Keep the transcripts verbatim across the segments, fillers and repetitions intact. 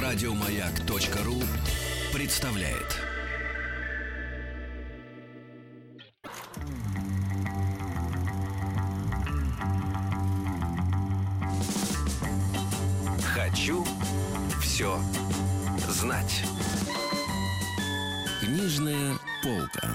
Радиомаяк.ру представляет. Хочу все знать. Книжная полка.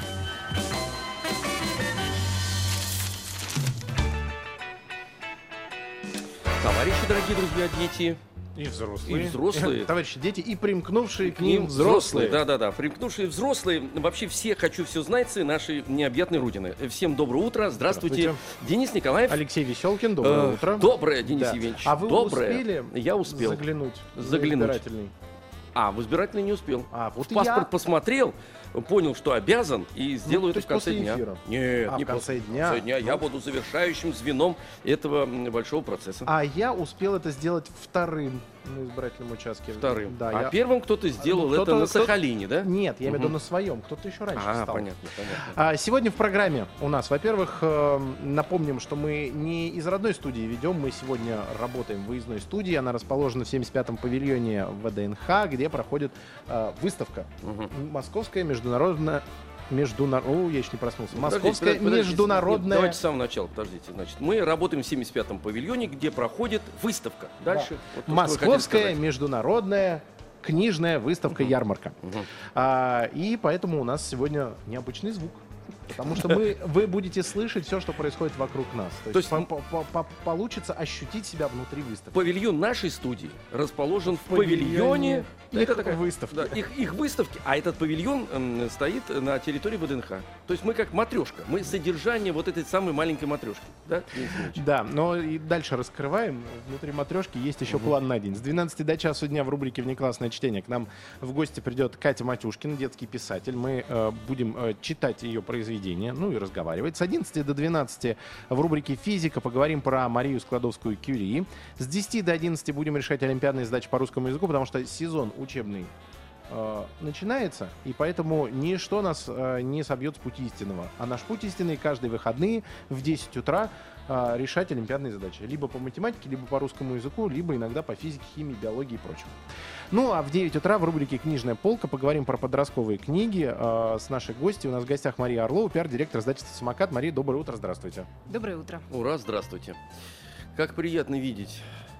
Товарищи, дорогие друзья, дети. И взрослые. И взрослые. Товарищи, дети и примкнувшие к ним взрослые. Да-да-да, примкнувшие взрослые. Вообще все «Хочу все знать» нашей необъятной родины. Всем доброе утро. Здравствуйте. Здравствуйте. Денис Николаев. Алексей Веселкин, доброе Э, утро. Доброе, Денис Да. Евгеньевич. А вы доброе. успели Я успел. заглянуть? Заглянуть. в избирательный? А, в избирательный не успел. А, вот в и паспорт я. посмотрел, понял, что обязан, и сделаю то это есть в конце после дня. эфира? Нет, А, не в конце после. дня? В конце дня я Ну. буду завершающим звеном этого м, большого процесса. А я успел это сделать вторым на избирательном участке. Вторым. Да, а я... первым кто-то сделал Ну, это кто-то- на кто- Сахалине, да? Нет, я имею в виду Мгм. на своем. Кто-то еще раньше А, стал. понятно, понятно. А сегодня в программе у нас, во-первых, э, напомним, что мы не из родной студии ведем, мы сегодня работаем в выездной студии, она расположена в семьдесят пятом павильоне ВДНХ, где проходит э, выставка. Мгм. Московская международная... Междунар... О, я еще не проснулся. Подождите, Московская подождите, подождите. международная... Нет, давайте с самого начала, подождите. Значит, мы работаем в семьдесят пятом павильоне, где проходит выставка. Дальше. Вот то, что вы хотели Московская сказать. международная книжная выставка-ярмарка. Мгм. А, и поэтому у нас сегодня необычный звук. Потому что мы, вы будете слышать все, что происходит вокруг нас. То, То есть, есть по- по- по- получится ощутить себя внутри выставки. Павильон нашей студии расположен в павильоне павильоне. их Это такая- выставки. Да, их, их выставки, а этот павильон м, стоит на территории ВДНХ. То есть мы как матрешка. Мы содержание вот этой самой маленькой матрешки. Да, Денис Евгеньевич? Да, но и дальше раскрываем. Внутри матрешки есть еще Мгм. план на день. С двенадцати до часу дня в рубрике «Внеклассное чтение» к нам в гости придет Катя Матюшкина, детский писатель. Мы э, будем э, читать ее произведения, ну и разговаривать. С одиннадцати до двенадцати в рубрике «Физика» поговорим про Марию Складовскую-Кюри. С десяти до одиннадцати будем решать олимпиадные задачи по русскому языку, потому что сезон учебный э, начинается, и поэтому ничто нас э, не собьет с пути истинного. А наш путь истинный каждые выходные в десять утра э, решать олимпиадные задачи. Либо по математике, либо по русскому языку, либо иногда по физике, химии, биологии и прочему. Ну, а в девять утра в рубрике «Книжная полка» поговорим про подростковые книги э, с нашей гостью. У нас в гостях Мария Орлова, пиар-директор издательства «Самокат». Мария, доброе утро, здравствуйте. Доброе утро. Ура, здравствуйте. Как приятно видеть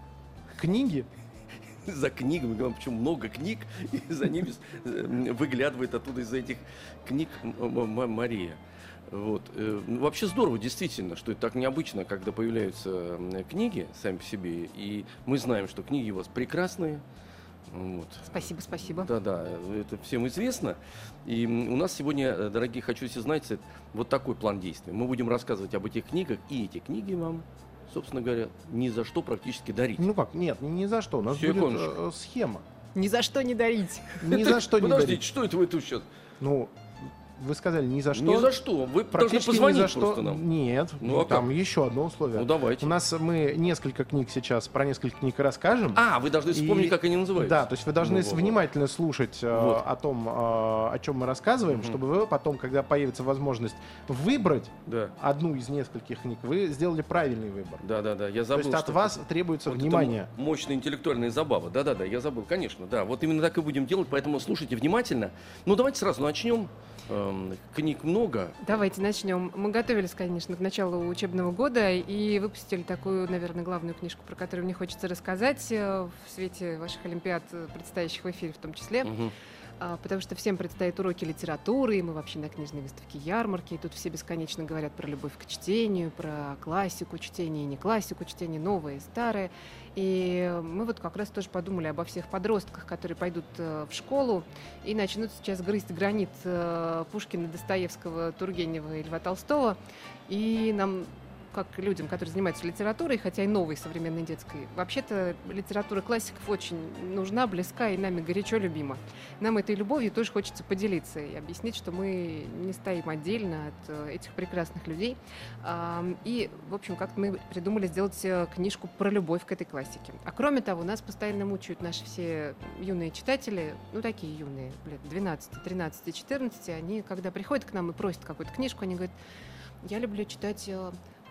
Книги? за книгами, главное, причем много книг, и за ними э, выглядывает оттуда из этих книг м- м- м- Мария. Вот. э, ну, Вообще здорово, действительно, что это так необычно, когда появляются м, книги сами по себе, и мы знаем, что книги у вас прекрасные. Вот. Спасибо, спасибо. Да-да, это всем известно. И м, у нас сегодня, э, дорогие «Хочу все знать», это вот такой план действий. Мы будем рассказывать об этих книгах, и эти книги вам, собственно говоря, ни за что практически дарить. Ну как, нет, ни, ни за что. У нас будет Секундочку. э, схема. Ни за что не дарить. Ни за что не Подождите, дарить. что это вы тут сейчас? Ну, вы сказали ни за что. Ни за что. Вы должны Практически ни позвонить за что. просто нам. Нет, Ну, а там как? еще одно условие. Ну, давайте. У нас мы несколько книг сейчас, про несколько книг расскажем. А, вы должны вспомнить, И- как они называются. Да, то есть вы должны Ну, во-во. внимательно слушать э, Вот. о том, э, о чем мы рассказываем, Мгм. чтобы вы потом, когда появится возможность выбрать Да. одну из нескольких книг, вы сделали правильный выбор. Да, да, да. Я То забыл. есть от что вас это- требуется вот это внимание. м- мощная интеллектуальная забава. Да, да, да, я забыл, конечно. Да, вот именно так и будем делать, поэтому слушайте внимательно. Ну, давайте сразу начнем. Эм, книг много. Давайте начнем. Мы готовились, конечно, к началу учебного года и выпустили такую, наверное, главную книжку, про которую мне хочется рассказать э, в свете ваших олимпиад, э, предстоящих в эфире в том числе. Мгм. А, Потому что всем предстоят уроки литературы, и мы вообще на книжной выставке ярмарки, и тут все бесконечно говорят про любовь к чтению, про классику чтения и не классику чтения, новое и старое. И мы вот как раз тоже подумали обо всех подростках, которые пойдут э, в школу и начнут сейчас грызть гранит э, Пушкина, Достоевского, Тургенева и Льва Толстого. И нам, как людям, которые занимаются литературой, хотя и новой современной детской, вообще-то литература классиков очень нужна, близка и нами горячо любима. Нам этой любовью тоже хочется поделиться и объяснить, что мы не стоим отдельно от э, этих прекрасных людей. Ам, И, в общем, как-то мы придумали сделать э, книжку про любовь к этой классике. А кроме того, нас постоянно мучают наши все юные читатели, ну такие юные, лет двенадцать, тринадцать, четырнадцать, они, когда приходят к нам и просят какую-то книжку, они говорят: я люблю читать э,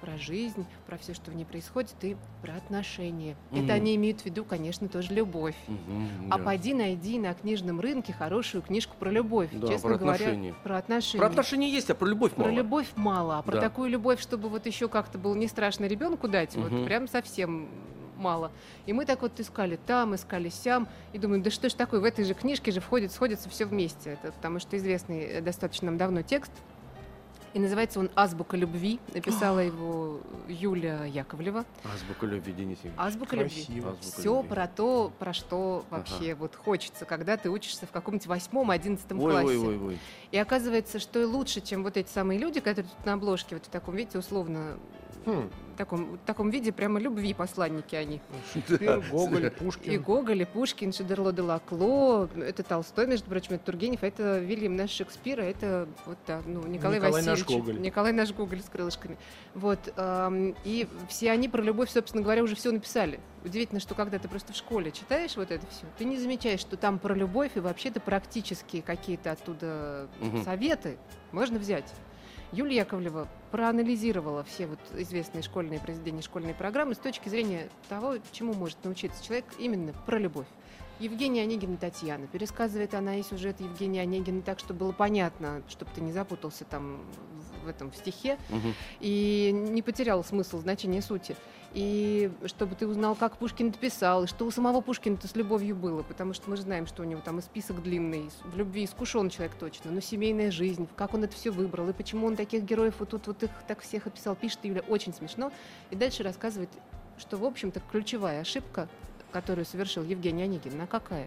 про жизнь, про все, что в ней происходит, и про отношения. Мгм. Это они имеют в виду, конечно, тоже любовь. Мгм, А да. пойди найди на книжном рынке хорошую книжку про любовь. Да, Честно про говоря, отношения. про отношения. Про отношения есть, а про любовь Про мало. любовь мало, а про Да. такую любовь, чтобы вот еще как-то было не страшно ребенку дать, Мгм. вот прям совсем мало. И мы так вот искали там, искали сям, и думаем, да что ж такое, в этой же книжке же входит, сходится все вместе. Это потому что известный э, достаточно нам давно текст. И называется он «Азбука любви». Написала его Юля Яковлева. Азбука любви, Денис Евгеньевич. «Азбука любви». Красиво. Азбука Все любви. про то, про что вообще вот хочется, когда ты учишься в каком-нибудь восьмом-одиннадцатом классе. Ой, ой, ой, ой. И оказывается, что и лучше, чем вот эти самые люди, которые тут на обложке, вот в таком виде, условно, Хм. в таком, в таком виде прямо любви посланники они. Шекспир, Гоголь, И Пушкин. Гоголь, и Пушкин, Шидерло де Лакло, это Толстой, между прочим, это Тургенев, а это Вильям наш Шекспир, а это вот да, ну, Николай, Николай наш Васильевич. Гоголь. Николай наш Гоголь с крылышками. Вот, эм, и все они про любовь, собственно говоря, уже все написали. Удивительно, что когда ты просто в школе читаешь вот это все, ты не замечаешь, что там про любовь, и вообще-то практически какие-то оттуда Мгм. советы можно взять. Юлия Яковлева проанализировала все вот известные школьные произведения, школьные программы с точки зрения того, чему может научиться человек именно про любовь. Евгения Онегина Татьяна. Пересказывает она и сюжет Евгения Онегина так, чтобы было понятно, чтобы ты не запутался там в этом в стихе Мгм. и не потерял смысл, значение сути. И чтобы ты узнал, как Пушкин это писал, и что у самого Пушкина-то с любовью было, потому что мы же знаем, что у него там и список длинный, в любви искушен человек точно, но семейная жизнь, как он это все выбрал, и почему он таких героев вот тут вот их так всех описал, пишет Юля очень смешно, и дальше рассказывает, что, в общем-то, ключевая ошибка, которую совершил Евгений Онегин, она какая?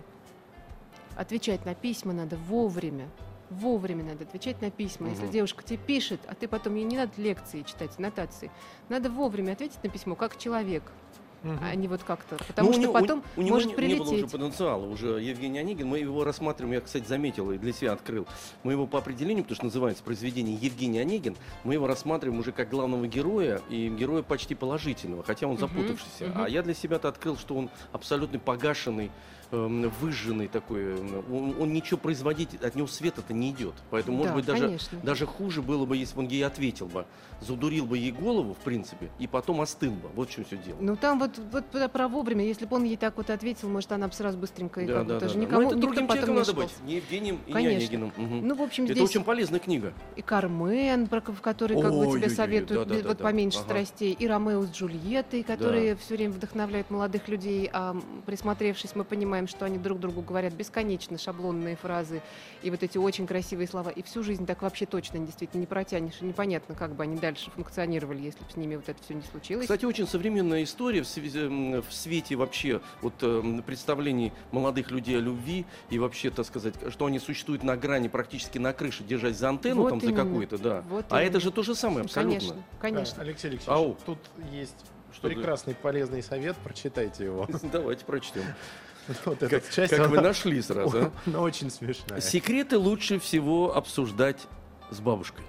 Отвечать на письма надо вовремя. Вовремя надо отвечать на письма. Если Мгм. девушка тебе пишет, а ты потом ей не надо лекции читать, нотации, надо вовремя ответить на письмо как человек, Мгм. а не вот как-то. Потому Ну, у что него- потом у, у него может не, не было уже прилететь. потенциала, уже Евгений Онегин, мы его рассматриваем, я, кстати, заметил и для себя открыл, мы его по определению, потому что называется произведение Евгений Онегин, мы его рассматриваем уже как главного героя и героя почти положительного, хотя он Мгм, запутавшийся, мгм. а я для себя-то открыл, что он абсолютно погашенный, эм, выжженный такой, эм, он, он ничего производить, от него света-то не идет, поэтому, может Да, быть, даже, конечно. даже хуже было бы, если бы он ей ответил бы, задурил бы ей голову, в принципе, и потом остыл бы, вот в чем все дело. Ну там вот, вот про- про вовремя, если бы он ей так вот ответил, может, она бы сразу быстренько и Да, как бы да, тоже да, да. никому, Но это никто другим потом человеком не надо быть, ошибался. не Евгением и не Конечно. Онегиным. Мгм. Ну, в общем, Это здесь очень полезная книга. и Кармен, про, в который как бы тебе Ой-ой-ой, советуют да-да-да-да. вот поменьше Ага. страстей, и Ромео с Джульеттой, которые все время вдохновляют молодых людей, а м, присмотревшись, мы понимаем, что они друг другу говорят бесконечно шаблонные фразы и вот эти очень красивые слова, и всю жизнь так вообще точно действительно не протянешь, и непонятно, как бы они дальше функционировали, если бы с ними вот это все не случилось. Кстати, очень современная история в, связи- м, в свете вообще вот, эм, представлений молодых людей о любви и вообще, так сказать, что они существуют на грани, практически на крыше, держась за антенну Вот там за именно. какую-то, да. Вот а именно. это же то же самое абсолютно. Конечно, Да, конечно. Алексей Алексеевич, Ау. тут есть Что ты- прекрасный полезный совет, прочитайте его. Давайте прочтем. Вот Как, эта часть, как вы она- нашли сразу, а? она очень смешная. Секреты лучше всего обсуждать с бабушкой.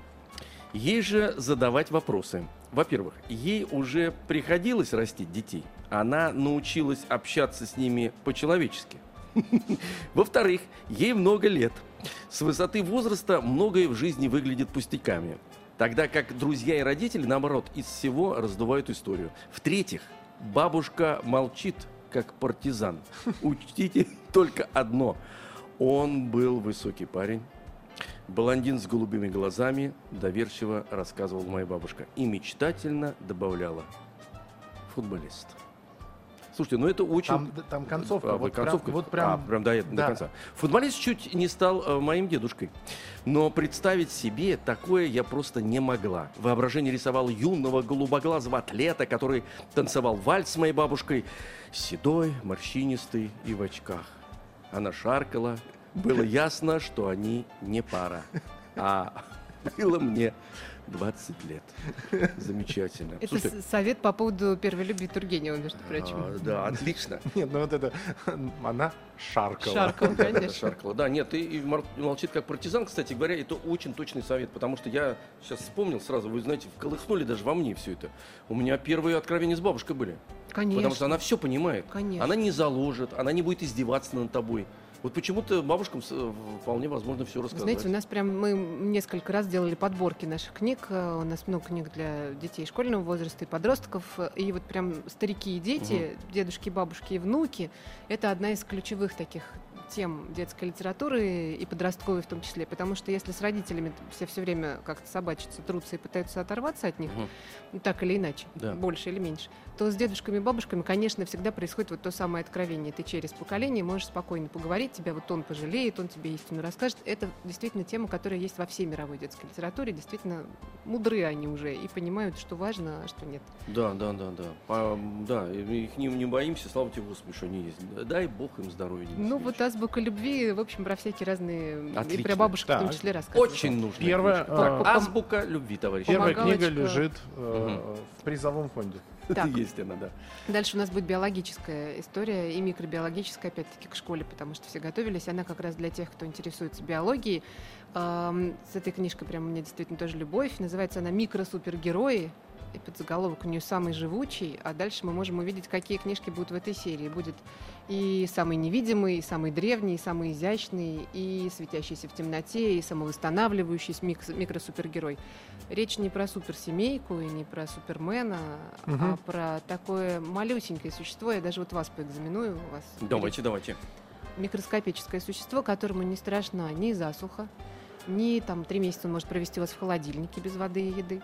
Ей же задавать вопросы. Во-первых, ей уже приходилось растить детей. Она научилась общаться с ними по-человечески. Во-вторых, ей много лет. С высоты возраста многое в жизни выглядит пустяками. Тогда как друзья и родители, наоборот, из всего раздувают историю. В-третьих, бабушка молчит, как партизан. Учтите только одно. Он был высокий парень. Блондин с голубыми глазами, доверчиво рассказывала моя бабушка. И мечтательно добавляла. Футболист. Слушайте, ну это очень... Там, там концовка, А, вот концовка? прям, вот прям, А, прям до, этого, до да. конца. Футболист чуть не стал э, моим дедушкой. Но представить себе такое я просто не могла. Воображение рисовало юного голубоглазого атлета, который танцевал вальс с моей бабушкой. Седой, морщинистый и в очках. Она шаркала. Было ясно, что они не пара. А было мне двадцать лет. Замечательно. Это Слушайте, с- совет по поводу первой любви Тургенева, между прочим. а, да, отлично. Нет, ну вот это, она шаркала. Шаркал, Да, да, конечно. шаркала. Да, нет, и, и мор- молчит как партизан, кстати говоря, это очень точный совет, потому что я сейчас вспомнил сразу, вы знаете, вколыхнули даже во мне все это. У меня первые откровения с бабушкой были. Конечно. Потому что она все понимает. Конечно. Она не заложит, она не будет издеваться над тобой. Вот почему-то бабушкам с- вполне возможно все рассказать. Знаете, у нас прям мы несколько раз делали подборки наших книг. э, У нас много книг для детей школьного возраста и подростков. э, И вот прям старики и дети, дедушки, бабушки и внуки — это одна из ключевых таких тем детской литературы и подростковой в том числе. Потому что если с родителями все все время как-то собачатся, трутся и пытаются оторваться от них, Мгм. ну, так или иначе, Да. больше или меньше, то с дедушками и бабушками, конечно, всегда происходит вот то самое откровение. Ты через поколение можешь спокойно поговорить, тебя вот он пожалеет, он тебе истину расскажет. Это действительно тема, которая есть во всей мировой детской литературе. Действительно, мудры они уже и понимают, что важно, а что нет. Да, да, да, да. А, да, и мы их не, не боимся, слава тебе, Господи, что они есть. Дай Бог им здоровья. Денис Ну, Ильич. вот азбука любви, в общем, про всякие разные, и Отлично. про бабушек в том Так. числе рассказывают. Очень нужно. Первая, э, Азбука любви, товарищи. Первая Помогалочка. книга лежит э, в призовом фонде. Так. Есть она, да. Дальше у нас будет биологическая история и микробиологическая, опять-таки, к школе, потому что все готовились. Она как раз для тех, кто интересуется биологией. Эм, С этой книжкой прям у меня действительно тоже любовь. Называется она «Микросупергерои». И подзаголовок у нее «Самый живучий». А дальше мы можем увидеть, какие книжки будут в этой серии. Будет и самый невидимый, и самый древний, и самый изящный, и светящийся в темноте, и самовосстанавливающийся микс- микросупергерой. Речь не про суперсемейку и не про супермена, Мгм. а про такое малюсенькое существо. Я даже вот вас поэкзаменую. У вас Давайте, давайте. микроскопическое существо, которому не страшна ни засуха, ни там три месяца он может провести у вас в холодильнике без воды и еды.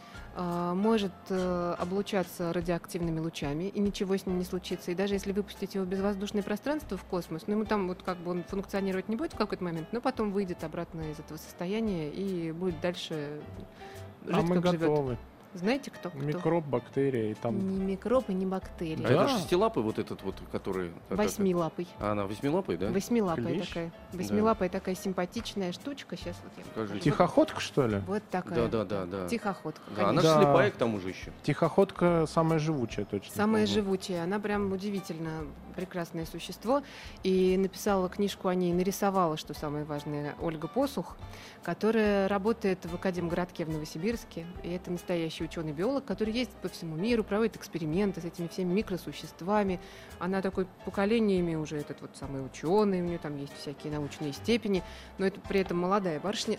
А, может э, облучаться радиоактивными лучами, и ничего с ним не случится. И даже если выпустить его в безвоздушное пространство, в космос, ну ему там вот как бы он функционировать не будет в какой-то момент, но потом выйдет обратно из этого состояния и будет дальше жить, А мы как живет. готовы. Знаете, кто? кто? Микроб, бактерия и там... Не микроб и не бактерии. А Да. это шестилапый вот этот вот, который... это- Восьмилапый. А она восьмилапый, да? Восьмилапая Клещ? такая. Восьмилапая такая симпатичная штучка. Сейчас вот я вам Покажите. покажу. Тихоходка, что ли? Вот такая. Да, да, да, да. Тихоходка. Да, она конечно. же Да. слепая к тому же еще. Тихоходка самая живучая, точно. Самая Мгм. живучая. Она прям удивительно прекрасное существо. И написала книжку о ней, нарисовала, что самое важное, Ольга Посух, которая работает в Академгородке в Новосибирске. И это настоящий ученый-биолог, который ездит по всему миру, проводит эксперименты с этими всеми микросуществами. Она такой поколениями уже этот вот самый ученый, у нее там есть всякие научные степени, но это при этом молодая барышня.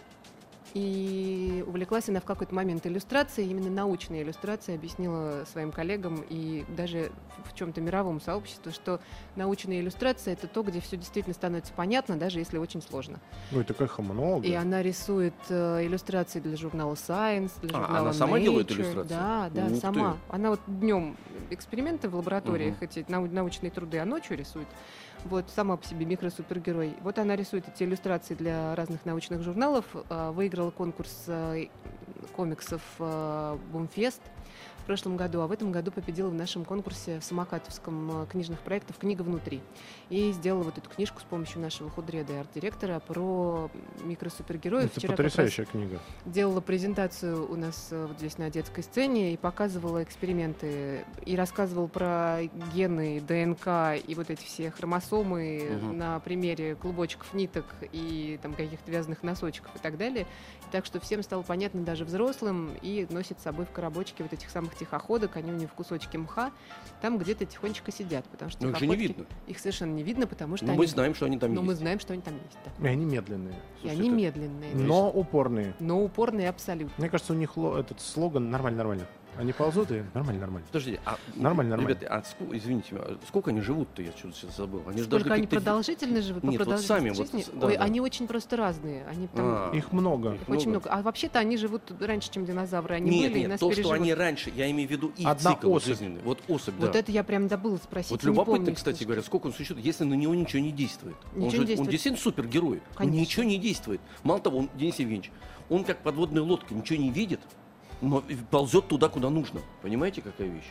И увлеклась она в какой-то момент иллюстрацией, именно научной иллюстрацией, объяснила своим коллегам и даже в чем-то мировому сообществу, что научная иллюстрация — это то, где все действительно становится понятно, даже если очень сложно. Ой, таких много. И она рисует э, иллюстрации для журнала Science, для А, журнала она сама делает Nature. иллюстрации? Да, да, Ух ты. сама. Она вот днем эксперименты в лабораториях, Мгм. эти нау- научные труды, а ночью рисует. Вот сама по себе микросупергерой. Вот она рисует эти иллюстрации для разных научных журналов, э, выиграла конкурс э, комиксов э, Бумфест в прошлом году, а в этом году победила в нашем конкурсе в самокатовском э, книжных проектов «Книга внутри». И сделала вот эту книжку с помощью нашего худреда и арт-директора про микросупергероев. Это Вчера как раз потрясающая книга. делала презентацию у нас э, вот здесь на детской сцене и показывала эксперименты, и рассказывала про гены, ДНК и вот эти все хромосомы Мгм. на примере клубочков ниток и там каких-то вязаных носочков и так далее. И так что всем стало понятно, даже взрослым, и носит с собой в коробочке вот этих самых тихоходок, они у них в кусочке мха, там где-то тихонечко сидят, потому что Ну, их же не тихоходки- видно. их совершенно не видно, потому что Ну, они... мы знаем, что они там но мы есть. знаем, что они там есть, да. И они медленные. И Слушай, они это- медленные, Но упорные. но упорные абсолютно. Мне кажется, у них ло- этот слоган «нормально-нормально». Они ползут и нормально-нормально. Подождите, а, Нормально, нормально. ребята, а ску- извините, а сколько они живут-то, я что-то сейчас забыл. Они же Сколько должны они как-то- продолжительно живут? по Нет, вот продолжительности сами вот жизни? с- да, Ой, да. они очень просто разные. Они там А, Их много. их очень много. много. А вообще-то они живут раньше, чем динозавры. Они Нет, были и нет, нас то, что переживут. они раньше, я имею в виду их Одна цикл особь. жизненный. Вот особь, Вот да. это я прям забыла спросить. Вот не любопытно, помню, кстати слушайте. говоря, сколько он существует, если на него ничего не действует. Ничего он, же, не он действует. действительно супергерой. Он Конечно. ничего не действует. Мало того, он, Денис Евгеньевич, он как подводная лодка, ничего не видит, но ползет туда, куда нужно. Понимаете, какая вещь?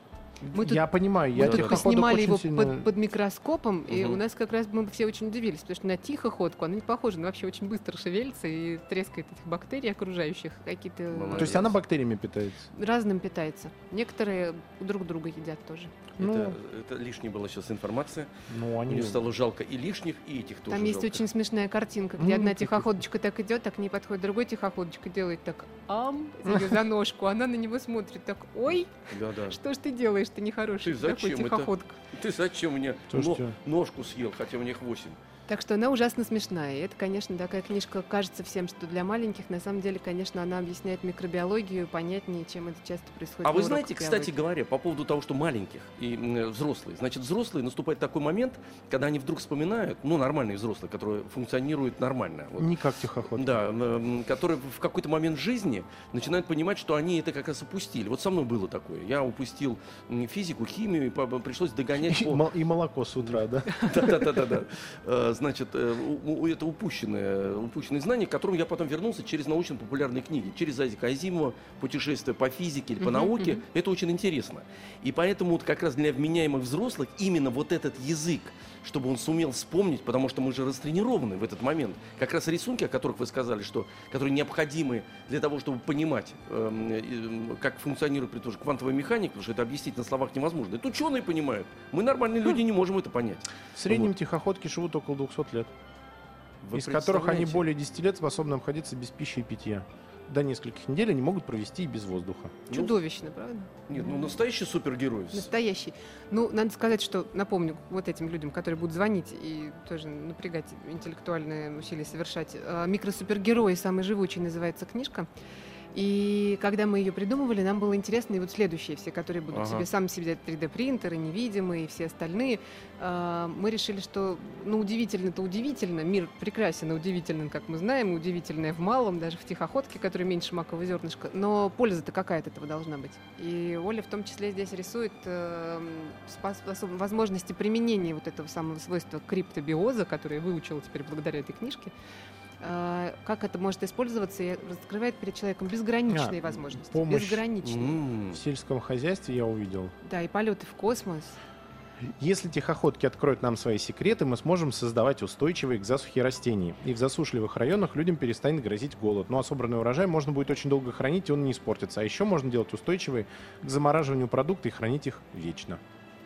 Мы тут- Я понимаю, Мы я тут тихоходок поснимали очень его сильно... под, под микроскопом, и Мгм. у нас как раз мы все очень удивились, потому что на тихоходку она не похожа, она вообще очень быстро шевелится и трескает этих бактерий окружающих, какие-то Молодец. То есть она бактериями питается? разным питается. Некоторые друг друга едят тоже. Ну. Это, это лишняя была сейчас информация. Ну, они... Мне стало жалко и лишних, и этих тоже Там есть жалко. очень смешная картинка, где М, одна как тихоходочка так идет, так к ней подходит другой тихоходочка, делает так ам, за ее за ножку, она на него смотрит так, ой, Да-да. что ж ты делаешь, ты нехороший, Ты ты такой зачем это? тихоходка. Ты зачем мне Слушайте. но- ножку съел, хотя у них восемь? Так что она ужасно смешная. И это, конечно, такая книжка, кажется всем, что для маленьких. На самом деле, конечно, она объясняет микробиологию понятнее, чем это часто происходит. А на вы уроках знаете, биологии. кстати говоря, по поводу того, что маленьких и м, взрослые. Значит, взрослые, наступает такой момент, когда они вдруг вспоминают, ну, нормальные взрослые, которые функционируют нормально. Вот, Не как тихоход. да, м, которые в какой-то момент жизни начинают понимать, что они это как раз упустили. Вот со мной было такое. Я упустил м, физику, химию, и по- пришлось догонять И, по... мол- и молоко с утра, да? Да-да-да-да. Э, Значит, э, у- у- это упущенные, упущенные знания, к которым я потом вернулся через научно-популярные книги, через Азика Азимова, путешествия по физике или по Мгм, науке. мгм. Это очень интересно. И поэтому вот как раз для вменяемых взрослых именно вот этот язык, чтобы он сумел вспомнить, потому что мы же растренированы в этот момент. Как раз рисунки, о которых вы сказали, что, которые необходимы для того, чтобы понимать, эм, э, как функционирует при том же квантовая механика, потому что это объяснить на словах невозможно. Это ученые понимают. Мы, нормальные люди, не можем это понять. В среднем Вот. тихоходки живут около двухсот лет. Вы из которых они представляете? более десяти лет способны обходиться без пищи и питья. До нескольких недель они могут провести и без воздуха. Ну, Чудовищно, правда? Нет, ну настоящий супергерой. Настоящий. Ну, надо сказать, что, напомню, вот этим людям, которые будут звонить и тоже напрягать интеллектуальные усилия совершать, э, «Микросупергерои. Самый живучий» называется книжка. И когда мы ее придумывали, нам было интересно, и вот следующие, все, которые будут Ага. себе сами себе делать три дэ-принтеры, невидимые и все остальные, э, мы решили, что, ну, удивительно-то удивительно, мир прекрасен и удивителен, как мы знаем, и удивительное в малом, даже в тихоходке, который меньше макового зернышка, но польза-то какая от этого должна быть. И Оля в том числе здесь рисует э, спос- способ- возможности применения вот этого самого свойства криптобиоза, которое я выучила теперь благодаря этой книжке. Э, как это может использоваться и раскрывает перед человеком безграничные А, возможности. помощь. Безграничные. М. В сельском хозяйстве я увидел. Да, и полеты в космос. Если тихоходки откроют нам свои секреты, мы сможем создавать устойчивые к засухе растения. И в засушливых районах людям перестанет грозить голод. Ну а собранный урожай можно будет очень долго хранить, и он не испортится. А еще можно делать устойчивые к замораживанию продукты и хранить их вечно.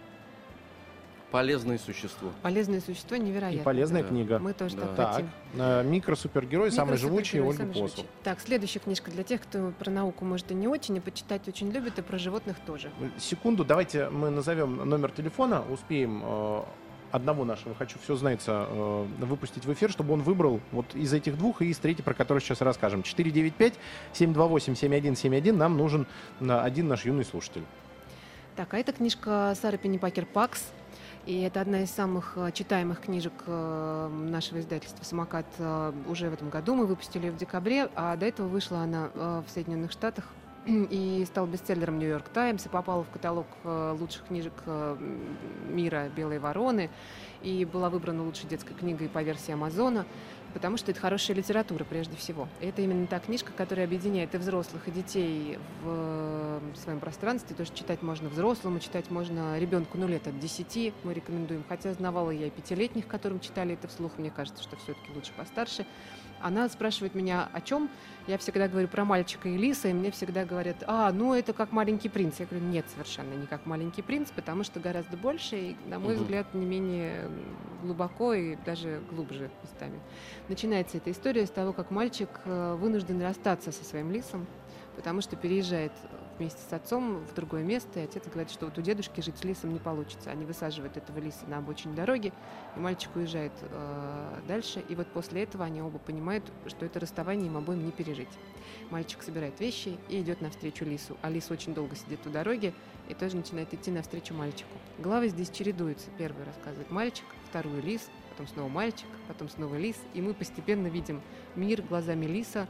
Полезное существо. Полезное существо невероятно. И полезная Да. книга. Мы тоже Да. так Так, хотим. э, микросупергерой, самый живучий, Микросупергерой, Ольга самый Посол. живучий. Так, следующая книжка для тех, кто про науку, может, и не очень, и почитать очень любит, и про животных тоже. Секунду, давайте мы назовем номер телефона, успеем э, одного нашего, хочу все знается, э, выпустить в эфир, чтобы он выбрал вот из этих двух и из третьей, про которую сейчас расскажем. четыре девять пять семь два восемь семь один семь один, нам нужен э, один наш юный слушатель. Так, а это книжка Сары Пеннипакер Пакс. И это одна из самых э, читаемых книжек э, нашего издательства «Самокат». Э, уже в этом году мы выпустили ее в декабре, а до этого вышла она э, в Соединенных Штатах и стала бестселлером «Нью-Йорк Таймс», и попала в каталог э, лучших книжек э, мира «Белые вороны», и была выбрана лучшей детской книгой по версии Амазона, потому что это хорошая литература прежде всего. И это именно та книжка, которая объединяет и взрослых, и детей в своем пространстве. То есть читать можно взрослому, читать можно ребенку, ну, лет от десяти мы рекомендуем. Хотя знавала я и пятилетних, которым читали это вслух. Мне кажется, что все-таки лучше постарше. Она спрашивает меня, о чем. Я всегда говорю про мальчика и лиса, и мне всегда говорят, а, ну это как «Маленький принц». Я говорю, нет, совершенно не как «Маленький принц», потому что гораздо больше, и, на мой Мгм. взгляд, не менее глубоко и даже глубже местами. Начинается эта история с того, как мальчик э, вынужден расстаться со своим лисом, потому что переезжает вместе с отцом в другое место, и отец говорит, что вот у дедушки жить с лисом не получится. Они высаживают этого лиса на обочине дороги, и мальчик уезжает э, дальше, и вот после этого они оба понимают, что это расставание им обоим не пережить. Мальчик собирает вещи и идет навстречу лису, а лис очень долго сидит у дороги и тоже начинает идти навстречу мальчику. Главы здесь чередуются. Первый рассказывает мальчик, второй лис, потом снова мальчик, потом снова лис, и мы постепенно видим мир глазами лиса,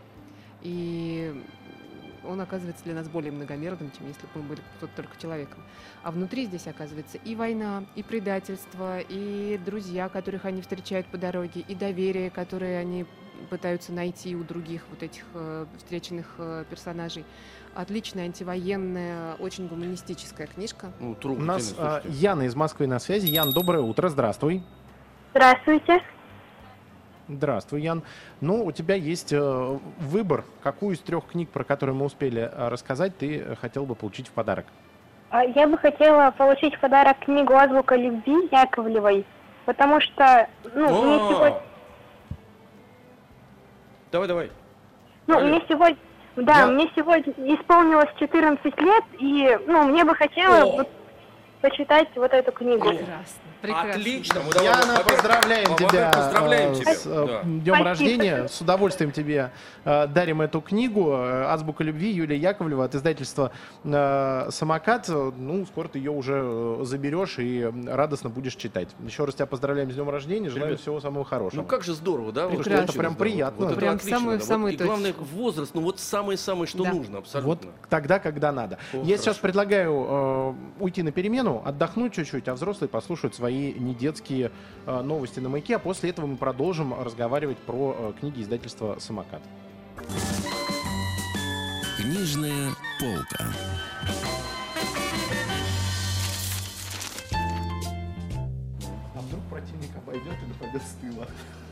и он оказывается для нас более многомерным, чем если бы мы были только человеком. А внутри здесь оказывается и война, и предательство, и друзья, которых они встречают по дороге, и доверие, которое они пытаются найти у других вот этих э, встреченных э, персонажей. Отличная антивоенная, очень гуманистическая книжка. Ну, У трогательно, нас а, слушайте. Яна из Москвы на связи. Ян, доброе утро, здравствуй. Здравствуйте. Здравствуй, Ян. Ну, у тебя есть э, выбор, какую из трех книг, про которые мы успели э, рассказать, ты э, хотел бы получить в подарок. А, Я бы хотела получить в подарок книгу «Азбука любви» Яковлевой, потому что, ну, мне О! сегодня, Давай, давай. ну, Алло. мне сегодня, да, Я- мне сегодня исполнилось четырнадцать лет, и, ну, мне бы хотелось, О! вот, почитать вот эту книгу. Прекрасно. Прекрасно. Отлично. Мы давай, Яна, во-первых, поздравляем во-первых, тебя, поздравляем э, тебя. с э, Да. днем Спасибо. рождения. С удовольствием тебе э, дарим эту книгу. Э, «Азбука любви» Юлия Яковлева от издательства э, «Самокат». Ну, скоро ты ее уже э, заберешь и радостно будешь читать. Еще раз тебя поздравляем с днем рождения. Желаем Ребят, всего самого хорошего. Ну как же здорово, да? Вот Прекрасно. очень Это прям здорово. приятно. Вот это Прям отлично, самую- да. Вот самую и главное, точку. возраст, ну вот самый-самый, что Да. нужно, Вот абсолютно. тогда, когда надо. О, Я хорошо. сейчас предлагаю э, уйти на перемену, отдохнуть чуть-чуть, а взрослые послушают свои недетские э, новости на «Маяке», а после этого мы продолжим разговаривать про э, книги издательства «Самокат». Книжная полка. А вдруг противник обойдет или пойдет с тыла?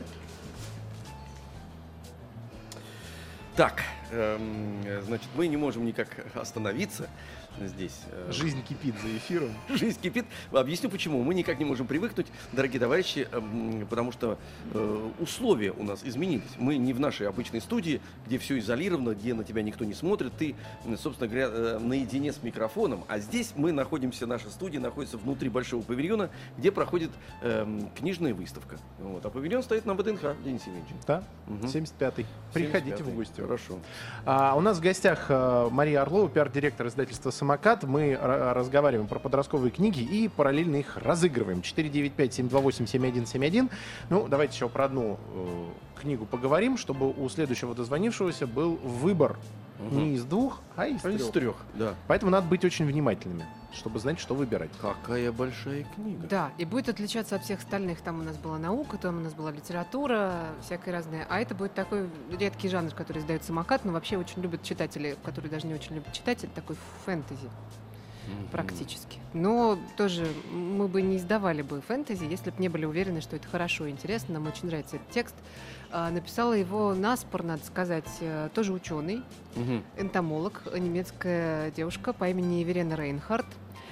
Так, эм, значит, мы не можем никак остановиться здесь. э, Жизнь кипит за эфиром. Жизнь кипит. Объясню почему. Мы никак не можем привыкнуть, дорогие товарищи, эм, потому что э, условия у нас изменились. Мы не в нашей обычной студии, где все изолировано, где на тебя никто не смотрит. Ты, м, собственно говоря, э, наедине с микрофоном. А здесь мы находимся, наша студия находится внутри большого павильона, где проходит эм, книжная выставка. Вот. А павильон стоит на ВДНХ, Денис Евгеньевич. Да? Мгм. семьдесят пятый. Приходите семьдесят пятый. в гости. Хорошо. А, у нас в гостях э, Мария Орлова, пиар-директор издательства «Самокат». Мы ра- разговариваем про подростковые книги и параллельно их разыгрываем. четыре девять пять семь два восемь семь один семь один. Ну, давайте еще про одну э, книгу поговорим, чтобы у следующего дозвонившегося был выбор Мгм. не из двух, а из А из трех. трех, да. Поэтому надо быть очень внимательными, чтобы знать, что выбирать. Какая большая книга. Да, и будет отличаться от всех остальных. Там у нас была наука, там у нас была литература, всякое разное. А это будет такой редкий жанр, который издает «Самокат», но вообще очень любят читатели, которые даже не очень любят читать, это такой фэнтези Мгм. практически. Но тоже мы бы не издавали бы фэнтези, если бы не были уверены, что это хорошо и интересно. Нам очень нравится этот текст. А, Написала его наспор, надо сказать, э, тоже ученый, Мгм. энтомолог, немецкая девушка по имени Верена Рейнхард.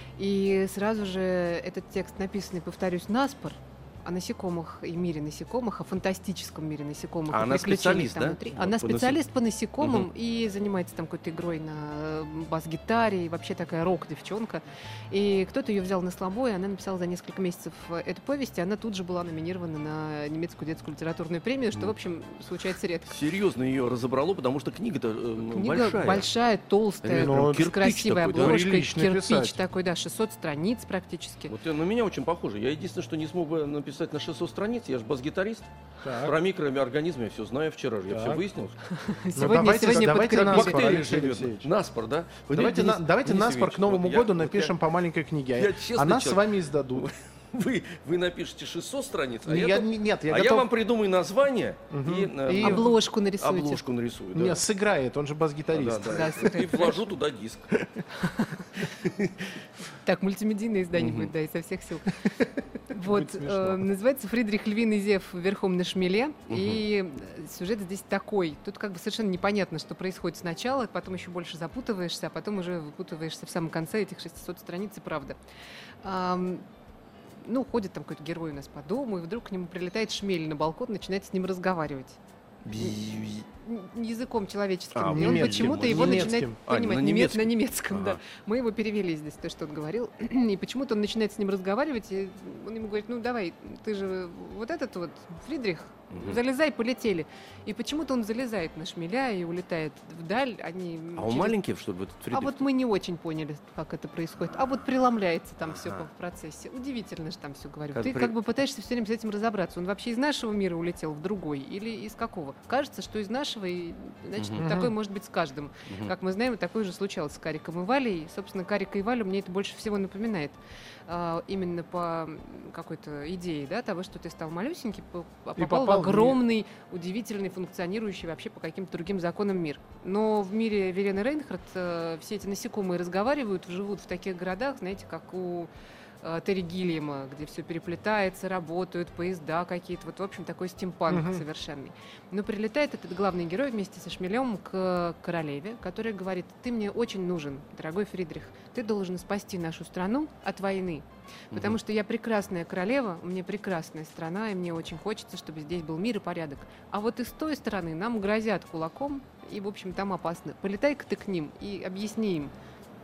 И сразу же этот текст написанный, повторюсь, наспор, о насекомых и мире насекомых, о фантастическом мире насекомых. А и она приключениях специалист, там да? внутри. Вот Она по насек- специалист по насекомым Мгм. и занимается там какой-то игрой на э, бас-гитаре, и вообще такая рок-девчонка. И кто-то ее взял на слабо, и она написала за несколько месяцев э, эту повесть, и она тут же была номинирована на немецкую детскую литературную премию, что, в общем, случается редко. Серьезно ее разобрало, потому что книга-то э, Книга большая. большая, толстая, Реально, Ну, прям с кирпич красивой такой, да? обложкой, Приличный кирпич писатель. такой, да, шестьсот страниц практически. Вот э, на меня очень похоже. Я единственное, что не смог бы написать на шестьсот страниц. Я же бас-гитарист. Так. Про микроорганизмы я все знаю. Вчера же я Так. все выяснил. Сегодня, давайте- сегодня давайте подкрепили. на наспор, Бактерии Алексей живет. Алексеевич. Наспор, да? Вот Давайте, Денис- на, давайте Денис наспор Евгеньевич, к Новому вот я- году вот я- напишем по маленькой книге. я а честно нас с человек. вами издадут. Вы, вы напишите шестьсот страниц, а, Не, я, я- тут- нет, я а я готов- вам придумаю название Мгм. и, э, И- Обложку нарисуйте. обложку нарисую. Да. Не, сыграет, он же бас-гитарист. Да, да. Да, сыграет. И вложу туда диск. Так, мультимедийное издание Мгм. будет, да, изо всех сил. Вот, смешно. э, называется «Фридрих Львиный Зев верхом на шмеле». И сюжет здесь такой. Тут как бы совершенно непонятно, что происходит сначала, потом еще больше запутываешься, а потом уже выпутываешься в самом конце этих шестисот страниц, и правда. Ам, Ну, ходит там какой-то герой у нас по дому, и вдруг к нему прилетает шмель на балкон, начинает с ним разговаривать. Н- языком человеческим. А, и он немецким, почему-то может, его немецким. начинает А, понимать на немец- немецком. на немецком, Ага. да. Мы его перевели здесь, то, что он говорил. И почему-то он начинает с ним разговаривать, и он ему говорит: ну давай, ты же вот этот вот, Фридрих, Мгм. залезай, полетели. И почему-то он залезает на шмеля и улетает вдаль. Они А он через- маленький, что ли, этот А Фридрих? вот мы не очень поняли, как это происходит. А вот преломляется там все Ага. в процессе. Удивительно же там все говорю. Как Ты при- как бы пытаешься все время с этим разобраться. Он вообще из нашего мира улетел в другой или из какого? Кажется, что из нашего, и значит, Мгм. такое может быть с каждым. Мгм. Как мы знаем, такое же случалось с Кариком и Валей. И, собственно, Карика и Валю мне это больше всего напоминает. А, именно по какой-то идее, да, того, что ты стал малюсенький, по- а И попал, попал в в мир. огромный, удивительный, функционирующий вообще по каким-то другим законам мир. Но в мире Верены Рейнхард э, все эти насекомые разговаривают, живут в таких городах, знаете, как у э, Терри Гиллиама, где все переплетается, работают, поезда какие-то. Вот, в общем, такой стимпанк Мгм. совершенный. Но прилетает этот главный герой вместе со шмелем к королеве, которая говорит: ты мне очень нужен, дорогой Фридрих. Ты должен спасти нашу страну от войны. Потому Мгм. что я прекрасная королева, у меня прекрасная страна, и мне очень хочется, чтобы здесь был мир и порядок. А вот и с той стороны нам грозят кулаком, и, в общем, там опасно. Полетай-ка ты к ним и объясни им.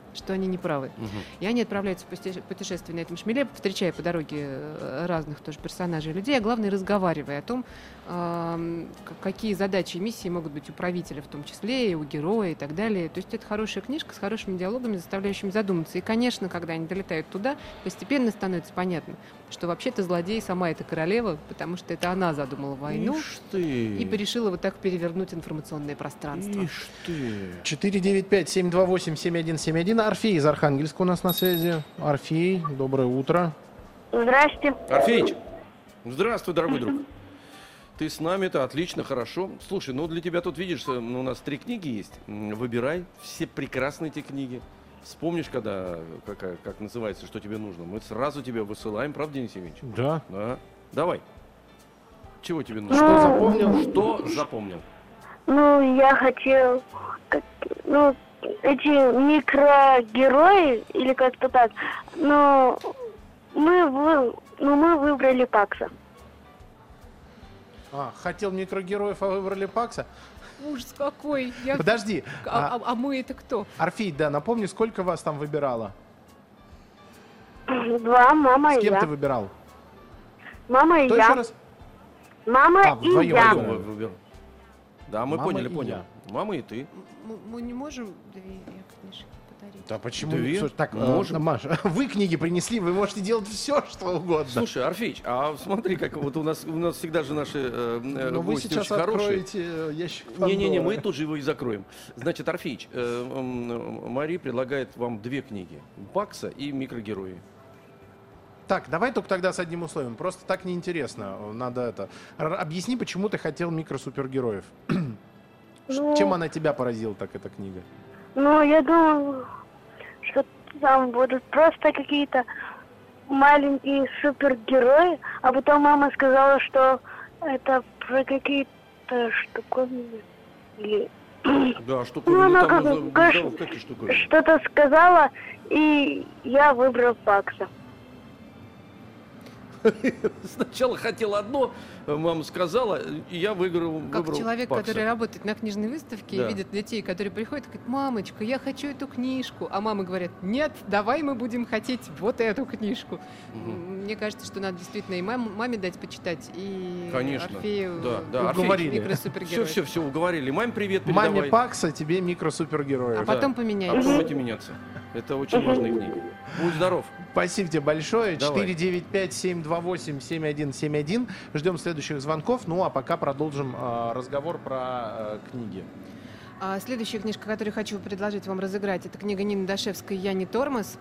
что они не правы. Мгм. И они отправляются в путе- путешествие на этом шмеле, встречая по дороге э, разных тоже персонажей и людей, а главное, разговаривая о том, ам, к- какие задачи и миссии могут быть у правителя в том числе, и у героя и так далее. То есть это хорошая книжка с хорошими диалогами, заставляющими задуматься. И, конечно, когда они долетают туда, постепенно становится понятно, что вообще-то злодей сама эта королева, потому что это она задумала войну Ишь ты. и решила вот так перевернуть информационное пространство. Ишь ты. четыре девять пять семь два восемь семь один семь один. Орфей из Архангельска у нас на связи. Орфей, доброе утро. Здрасте. Орфеич, здравствуй, дорогой друг. Ты с нами, это отлично, хорошо. Слушай, ну для тебя тут, видишь, э, ну, у нас три книги есть. М, Выбирай, все прекрасные эти книги. Вспомнишь, когда, какая, как называется, что тебе нужно. Мы сразу тебя высылаем, правда, Денис Евгеньевич? Да. Да. Давай. Чего тебе нужно? Что запомнил? Что запомнил? Ну, я хотел, как, ну, эти микрогерои, или как-то так, но мы, вы, ну, мы выбрали Пакса. А, хотел микрогероев, а выбрали Пакса? Ужас какой! Я- Подожди. А, а, а- а мы это кто? Орфей, да, напомни, сколько вас там выбирало? Два, мама С и кем ты я. выбирал? Мама и Кто еще я. раз? Мама А, и вдвоем я. выбрали. Вы- выбер- Да, мы Мама поняли, и поняли. я. Мама и ты. Мы, мы не можем две книжки подарить? Да почему? Две? Слушай, так, Можем. э, Маша, вы книги принесли, вы можете делать все, что угодно. Слушай, Орфеич, а смотри, как вот у нас у нас всегда же наши э, э, Но вы гости сейчас очень хорошие. откроете э, ящик Не-не-не, мы Пандоры. тут же его и закроем. Значит, Орфеич, э, м, Мари предлагает вам две книги. Пакса и микрогерои. Так, давай только тогда с одним условием. Просто так неинтересно. Надо это. Р- Объясни, почему ты хотел микросупергероев. Ну, Чем она тебя поразила, так эта книга? ну, я думал, что там будут просто какие-то маленькие супергерои, а потом мама сказала, что это про какие-то штуковины. Или Да, что Ну, она там как- за- как- за- какие штуковины? что-то сказала, и я выбрал Пакса. Сначала хотел одно, мама сказала, и я выиграл. Как выбрал человек, Пакса. который работает на книжной выставке Да. и видит детей, которые приходят и говорят: мамочка, я хочу эту книжку. А мамы говорят: нет, давай мы будем хотеть вот эту книжку. Мгм. Мне кажется, что надо действительно и мам- маме дать почитать, и Конечно. Орфею Да, да, Уговорили. Все, микросупергероев. все, все, уговорили. Маме привет передавай. Маме Пакса, тебе микросупергероев. А потом А поменяйтесь. потом будете меняться. Это очень важные книги. Будь здоров. Спасибо тебе большое. Давай. четыре девять пять семь два восемь семь один семь один. Ждем следующих звонков. Ну а пока продолжим э, разговор про э, книги. А следующая книжка, которую хочу предложить вам разыграть, это книга Нины Дашевской «Я не тормоз».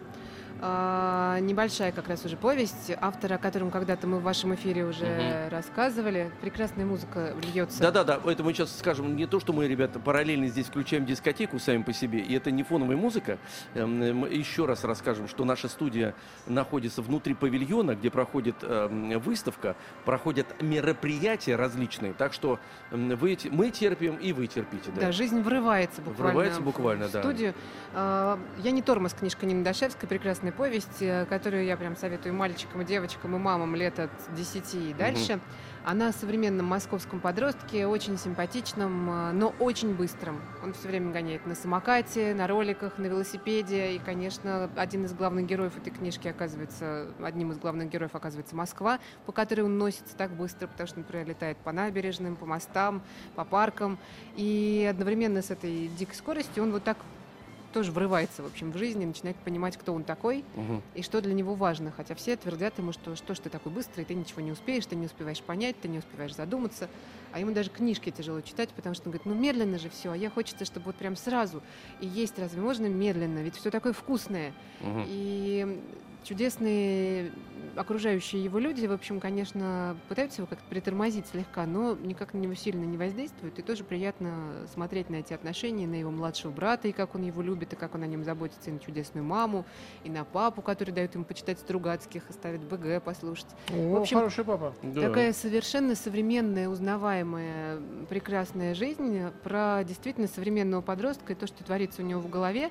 А, небольшая как раз уже повесть, автора, о котором когда-то мы в вашем эфире уже Мгм. рассказывали. Прекрасная музыка льется. Да-да-да, это мы сейчас скажем не то, что мы, ребята, параллельно здесь включаем дискотеку сами по себе, и это не фоновая музыка. Эм, Мы еще раз расскажем, что наша студия находится внутри павильона, где проходит эм, выставка, проходят мероприятия различные, так что эм, вы, те- мы терпим и вы терпите. Да. Да, жизнь врывается буквально, Врывается в- буквально, в да. студию. А, «Я не тормоз» — книжка Нины Дашевской, прекрасная повесть, э, которую я прям советую мальчикам, и девочкам, и мамам лет от десяти и дальше. Она о современном московском подростке, очень симпатичном, э, но очень быстром. Он все время гоняет на самокате, на роликах, на велосипеде. И, конечно, один из главных героев этой книжки оказывается, одним из главных героев оказывается Москва, по которой он носится так быстро, потому что, например, летает по набережным, по мостам, по паркам. И одновременно с этой дикой скоростью он вот так тоже врывается, в общем, в жизнь и начинает понимать, кто он такой Мгм. и что для него важно. Хотя все твердят ему, что что ж ты такой быстрый, ты ничего не успеешь, ты не успеваешь понять, ты не успеваешь задуматься. А ему даже книжки тяжело читать, потому что он говорит: ну медленно же все, а я хочется, чтобы вот прям сразу. И есть разве можно медленно? Ведь все такое вкусное. Мгм. И чудесные окружающие его люди, в общем, конечно, пытаются его как-то притормозить слегка, но никак на него сильно не воздействуют. И тоже приятно смотреть на эти отношения, на его младшего брата, и как он его любит, и как он о нем заботится, и на чудесную маму, и на папу, который дает ему почитать Стругацких и ставит БГ послушать. О, общем, хороший папа. Да. Такая совершенно современная, узнаваемая, прекрасная жизнь про действительно современного подростка и то, что творится у него в голове.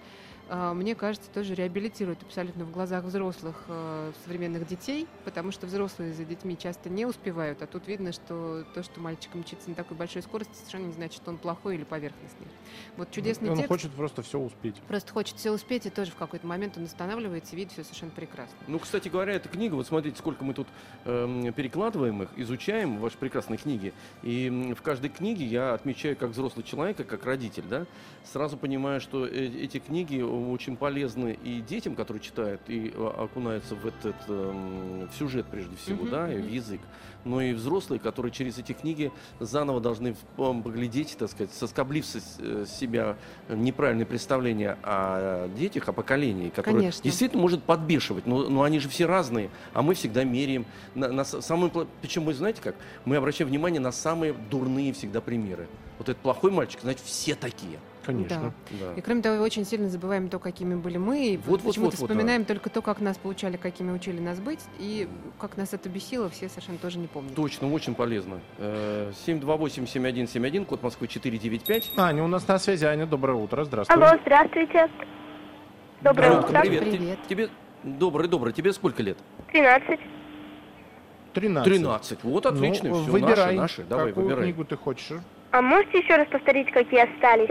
а, мне кажется, тоже реабилитирует абсолютно в глазах взрослых э, современных детей, потому что взрослые за детьми часто не успевают, а тут видно, что то, что мальчик мчится на такой большой скорости, совершенно не значит, что он плохой или поверхностный. Вот чудесный Он текст. хочет просто все успеть. Просто хочет все успеть, и тоже в какой-то момент он останавливается и видит все совершенно прекрасно. Ну, кстати говоря, эта книга, вот смотрите, сколько мы тут э, перекладываем их, изучаем ваши прекрасные книги. И м, в каждой книге я отмечаю, как взрослый человек, и как родитель, да, сразу понимаю, что э, эти книги очень полезны и детям, которые читают, и э, окунаются в этот э, в сюжет, прежде всего, Мгм, да, и в мгм. язык. Но и взрослые, которые через эти книги заново должны в- поглядеть, так сказать, соскоблив с э, себя неправильное представление о детях, о поколении, которое Конечно. действительно может подбешивать, но, но они же все разные, а мы всегда меряем. На, на с- самые, пла- причем, вы знаете как, мы обращаем внимание на самые дурные всегда примеры. Вот этот плохой мальчик, значит, все такие. Конечно. Да. И кроме того, очень сильно забываем то, какими были мы, и Вот, вот, почему-то вот, вот, вспоминаем только то, как нас получали, какими учили нас быть, и как нас это бесило, все совершенно тоже не помнят. Точно, очень полезно. Э, семь два восемь семь один семь один, код Москвы четыре девять пять. Аня, у нас на связи. Аня, доброе утро. Здравствуй. Алло, здравствуйте. Доброе Ромка, утро. привет. Привет. Те- Тебе добрый, добрый. Тебе сколько лет? тринадцать. тринадцать. тринадцать. Вот отлично, Ну, все. выбирай, Наши, наши. Давай, какую выбирай. книгу ты хочешь. А можете еще раз повторить, какие остались?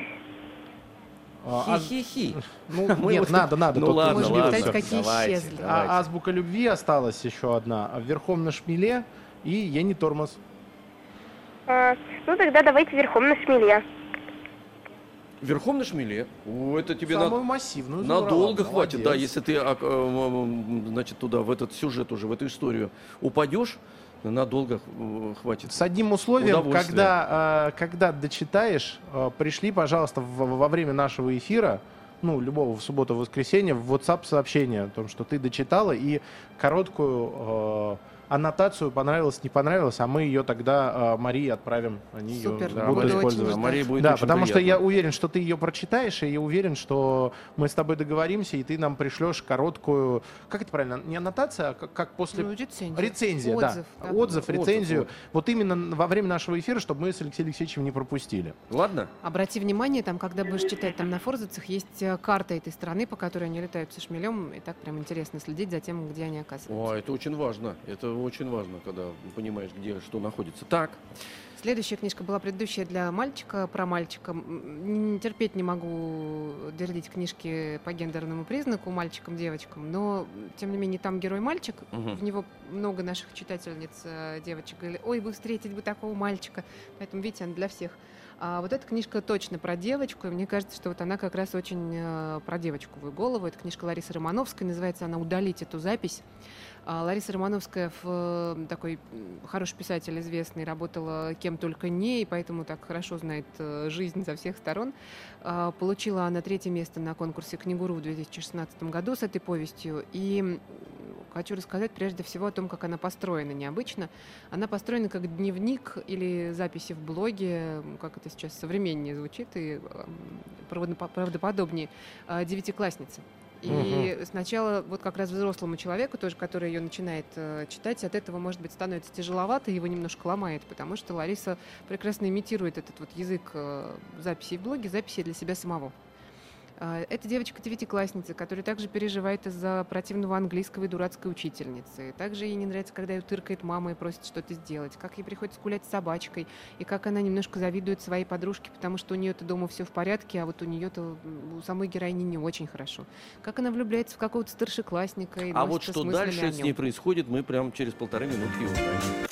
А, аз- Хи-хи-хи. Ну, Мы нет, вот- надо, надо. Ну тут ладно, Можем разберем ладно. всё. повторить, какие Давайте, исчезли. давайте. А, азбука любви осталась еще одна. А верхом на шмеле и я не тормоз. А, ну, тогда давайте верхом на шмеле. Верхом на шмеле. О, это тебе Самую надо... массивную. Надолго забрала. хватит, да, Молодец. если ты, а, э, м, значит, туда, в этот сюжет уже, в эту историю упадешь, надолго э, хватит. С одним условием, Удовольствие. когда, э, когда дочитаешь, э, пришли, пожалуйста, в- во время нашего эфира, ну, любого в субботу, в воскресенье, в WhatsApp сообщение о том, что ты дочитала, и короткую э, аннотацию, понравилось, не понравилось, а мы ее тогда э, Марии отправим, они ее Супер, Да, будут буду очень использовать. ждать. Мария будет Да, очень потому что я приятно. уверен, что ты ее прочитаешь, и я уверен, что мы с тобой договоримся, и ты нам пришлешь короткую, как это правильно, не аннотация, а как, как после... Ну, рецензия. Рецензия, Отзыв, да. да. Отзыв, Отзыв, рецензию. вот. Вот именно во время нашего эфира, чтобы мы с Алексеем Алексеевичем не пропустили. Ладно? Обрати внимание, там, когда будешь читать, там на форзацах есть э, карта этой страны, по которой они летают со шмелем, и так прям интересно следить за тем, где они оказываются. О, это очень важно. Это очень важно, когда понимаешь, где что находится. Так, Следующая книжка была предыдущая для мальчика, про мальчика. М, не- Терпеть не могу делить книжки по гендерному признаку, мальчикам, девочкам, но, тем не менее, там герой мальчик, Мгм. в него много наших читательниц, э, девочек, говорили, ой, бы встретить бы такого мальчика, поэтому, видите, она для всех. А вот эта книжка точно про девочку, и мне кажется, что вот она как раз очень э, про девочковую голову. Это книжка Ларисы Романовской, называется она «Удалить эту запись». А Лариса Романовская, в, э, такой м, хороший писатель, известный, работала кем только не, и поэтому так хорошо знает э, жизнь со всех сторон. А, Получила она третье место на конкурсе «Книгуру» в две тысячи шестнадцатом году с этой повестью. И м, хочу рассказать прежде всего о том, как она построена необычно. Она построена как дневник или записи в блоге, м, как это сейчас современнее звучит и м, правдопо- правдоподобнее, а, девятиклассницы. И сначала вот как раз взрослому человеку, тоже, который ее начинает э, читать, от этого, может быть, становится тяжеловато, его немножко ломает, потому что Лариса прекрасно имитирует этот вот язык э, записей в блоге, записей для себя самого. А, Это девочка девятиклассница, которая также переживает из-за противного английского и дурацкой учительницы. Также ей не нравится, когда ее тыркает мама и просит что-то сделать. Как ей приходится гулять с собачкой. И как она немножко завидует своей подружке, потому что у нее-то дома все в порядке, а вот у нее-то, м, у самой героини не очень хорошо. Как она влюбляется в какого-то старшеклассника. И а вот носится что с мыслями дальше о с нем. ней происходит, мы прям через полторы минутки узнаем.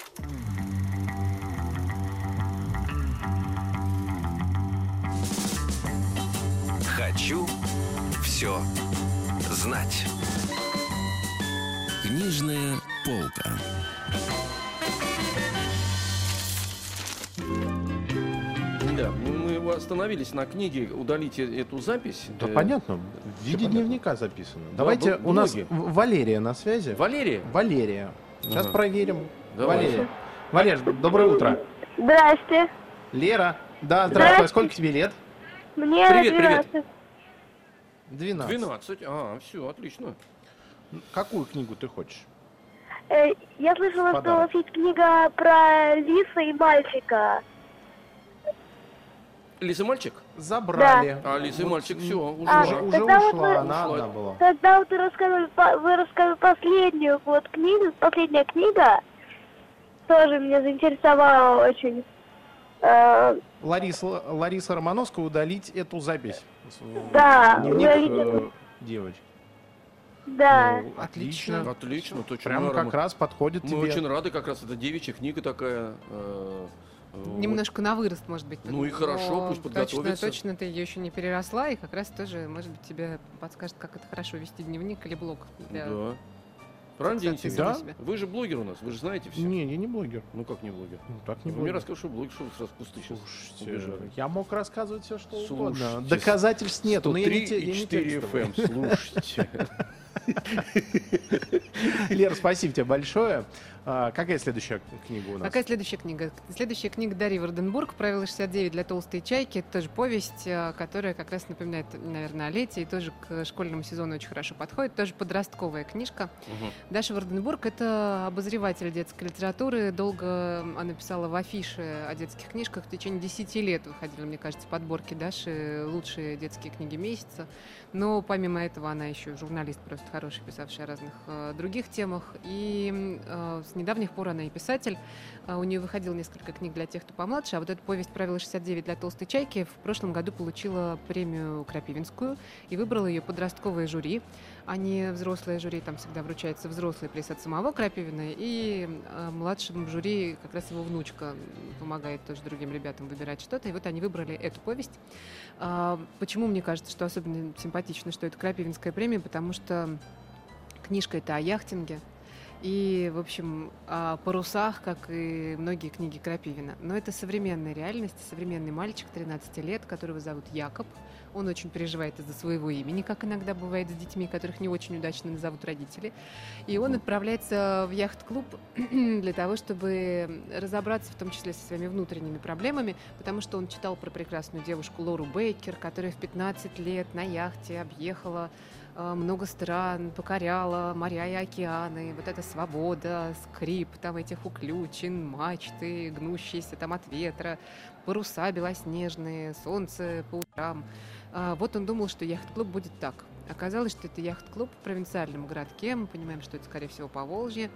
Хочу все знать. Книжная полка. Да, мы мы остановились на книге «Удалите эту запись». Да, Э, понятно. В всё виде понятно. дневника записано. Давайте, бл- у нас блоги. В- Валерия на связи. Валерия? Валерия. Сейчас Ага. проверим. Давай. Валерия. Валер, доброе утро. Здрасте. Лера. Да, здравствуй. Здравствуйте. Сколько тебе лет? Мне Привет, привет. двенадцать. двенадцать. двенадцать. А, все, отлично. Какую книгу ты хочешь? Э, Я слышала, что у Подарок. вас есть книга про лиса и мальчика. Лис и мальчик? Забрали. А, Лис и Вот, мальчик, все, А, Уже, ушла. уже тогда вот ушла, вы- она Ушла. одна была. Когда вот вы рассказывали, по- вы рассказывали последнюю вот книгу, последняя книга, тоже меня заинтересовала очень. Э, Лариса, Лариса Романовская, удалить эту запись. Да, Дневник удалить э, эту. девочки. да. Ну, отлично. Отлично, то Прям как раз подходит Мы тебе. очень рады, как раз это девичья книга такая. э, вот. Немножко на вырост, может быть. Ну и хорошо, но пусть точно, подготовится. точно ты ее еще не переросла, и как раз тоже, может быть, тебе подскажет, как это хорошо вести дневник или блог. Для... Да. Правильно, Денис фиксации Евгеньевич? Да. себя. Вы же блогер у нас, вы же знаете все. Не, я не блогер. Ну как не блогер? Ну, так не Вы мне блогер. рассказывали, что блогер, что вы сразу пусты сейчас Слушайте, убежали. я мог рассказывать все, что угодно. Слушайте, Доказательств нет. Но я не, сто три те- я и не четыре эф эм, текстовый. слушайте. Лера, спасибо тебе большое. А, какая следующая книга у нас? Какая следующая книга? Следующая книга Дарьи Варденбург «Правило шестьдесят девять для толстой чайки». Это тоже повесть, э, которая как раз напоминает, наверное, о лете и тоже к школьному сезону очень хорошо подходит. Тоже подростковая книжка. Мгм. Даша Варденбург — это обозреватель детской литературы. Долго она писала в афише о детских книжках. В течение десяти лет выходили, мне кажется, подборки Даши «Лучшие детские книги месяца». Но помимо этого она еще журналист просто хороший, писавший о разных э, других темах. И э, с недавних пор она и писатель. Э, у нее выходило несколько книг для тех, кто помладше. А вот эта повесть «Правило шестьдесят девять для толстой чайки» в прошлом году получила премию Крапивинскую и выбрало ее подростковое жюри, а не взрослое жюри. Там всегда вручается взрослый приз от самого Крапивина, и э, младшему жюри как раз его внучка помогает тоже другим ребятам выбирать что-то. И вот они выбрали эту повесть. А, почему мне кажется, что особенно симпатично, что это Крапивинская премия? Потому что книжка это о яхтинге. И, в общем, о парусах, как и многие книги Крапивина. Но это современная реальность, современный мальчик, тринадцати лет, которого зовут Якоб. Он очень переживает из-за своего имени, как иногда бывает с детьми, которых не очень удачно назовут родители. И он отправляется в яхт-клуб для того, чтобы разобраться в том числе со своими внутренними проблемами, потому что он читал про прекрасную девушку Лору Бейкер, которая в пятнадцать лет на яхте объехала э, много стран, покоряла моря и океаны. Вот эта свобода, скрип там этих уключин, мачты, гнущиеся там от ветра, паруса белоснежные, солнце по утрам. А, вот он думал, что яхт-клуб будет так. Оказалось, что это яхт-клуб в провинциальном городке. Мы понимаем, что это, скорее всего, Поволжье.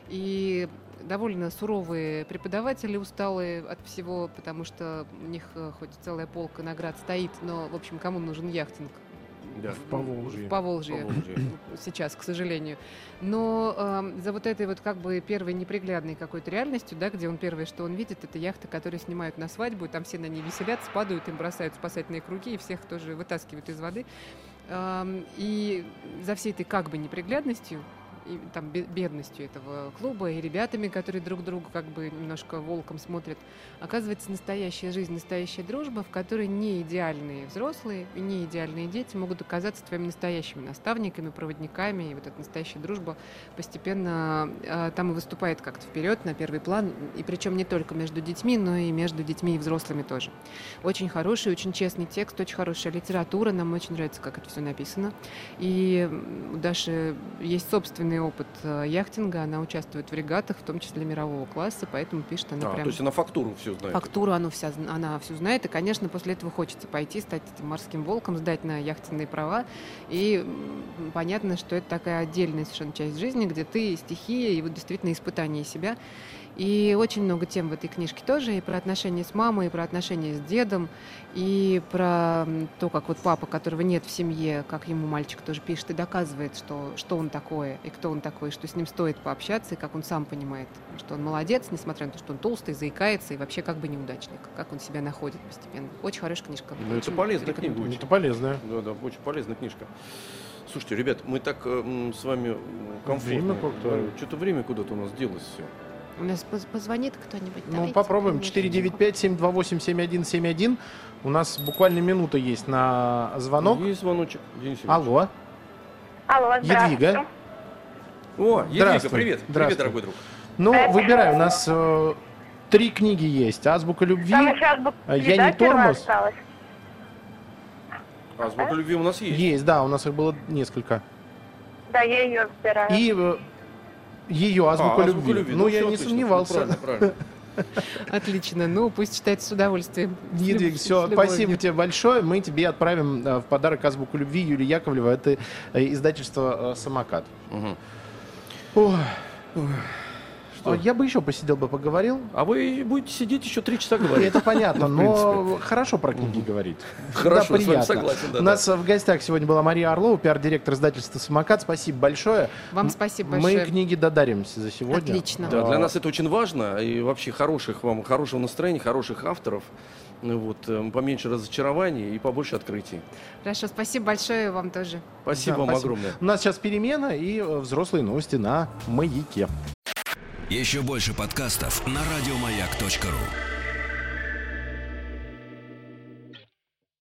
И довольно суровые преподаватели, усталые от всего, потому что у них э, хоть целая полка наград стоит, но, в общем, кому нужен яхтинг? Да. В Поволжье. В Поволжье. Поволжье. Сейчас, к сожалению. Но э, за вот этой вот как бы первой неприглядной какой-то реальностью, да, где он первое, что он видит, это яхты, которые снимают на свадьбу, и там все на ней веселятся, падают, им бросают спасательные круги, и всех тоже вытаскивают из воды. Эм, и за всей этой как бы неприглядностью, и, там, бе- бедностью этого клуба и ребятами, которые друг другу как бы немножко волком смотрят, оказывается настоящая жизнь, настоящая дружба, в которой не идеальные взрослые и не идеальные дети могут оказаться твоими настоящими наставниками, проводниками, и вот эта настоящая дружба постепенно э, там и выступает как-то вперед, на первый план, и причем не только между детьми, но и между детьми и взрослыми тоже. Очень хороший, очень честный текст, очень хорошая литература, нам очень нравится, как это все написано. И м, у Даши есть собственный опыт э, яхтинга, она участвует в регатах, в том числе мирового класса, поэтому пишет она А, прям... то есть она фактуру все знает. Фактуру она, вся, зн- она всю знает, и, конечно, после этого хочется пойти, стать этим морским волком, сдать на яхтенные права. И м, понятно, что это такая отдельная совершенно часть жизни, где ты стихия, и вот действительно испытание себя. И очень много тем в этой книжке тоже, и про отношения с мамой, и про отношения с дедом, и про м, то, как вот папа, которого нет в семье, как ему мальчик тоже пишет и доказывает, что, что он такое, и кто он такой, что с ним стоит пообщаться, и как он сам понимает, что он молодец, несмотря на то, что он толстый, заикается, и вообще как бы неудачник, как он себя находит постепенно. Очень хорошая книжка. Ну, это Очень полезная рекомендую. книга очень. Это полезно. Да, да, очень полезная книжка. Слушайте, ребят, мы так э, м, с вами м, комфортно. Время как-то- Что-то время куда-то у нас делось все. У нас поз- позвонит кто-нибудь? Ну, Давайте, попробуем. конечно. четыре девять пять семь два восемь семь один семь один. У нас буквально минута есть на звонок. Есть звоночек. Денис Евгеньевич. Алло. Алло, Едвига. О, Едвига, Здравствуй. привет. Привет, Здравствуй. дорогой друг. Ну, выбирай. У нас э, три книги есть. «Азбука любви», Там еще азбука «Я не «Еда» первая тормоз». осталась. Азбука любви у нас есть. Есть, да, у нас их было несколько. Да, я ее выбираю. И э, ее А, «Азбука любви». Ну, я всё не отлично. сомневался. Ну, правильно, правильно. Отлично. Ну, пусть читает с удовольствием. Едвиг, все, спасибо тебе большое. Мы тебе отправим э, в подарок азбуку любви Юлии Яковлева. Это э, издательство э, «Самокат». Мгм. Ой. Что? А Я бы еще посидел бы, поговорил. А вы будете сидеть еще три часа И говорить. это понятно, В но хорошо про книги говорить. Хорошо, Да, с вами приятно. согласен. Да, У нас в гостях сегодня была Мария Орлова, пиар-директор издательства «Самокат». Спасибо большое. Вам спасибо Мы большое. книги додаримся за сегодня. Отлично. Да, А, для нас это очень важно. И вообще хороших вам, хорошего настроения, хороших авторов. Ну вот, э, поменьше разочарований и побольше открытий. Хорошо, спасибо большое вам тоже. Спасибо да, вам спасибо. огромное. У нас сейчас перемена и э, взрослые новости на «Маяке». Еще больше подкастов на радиомаяк точка ру.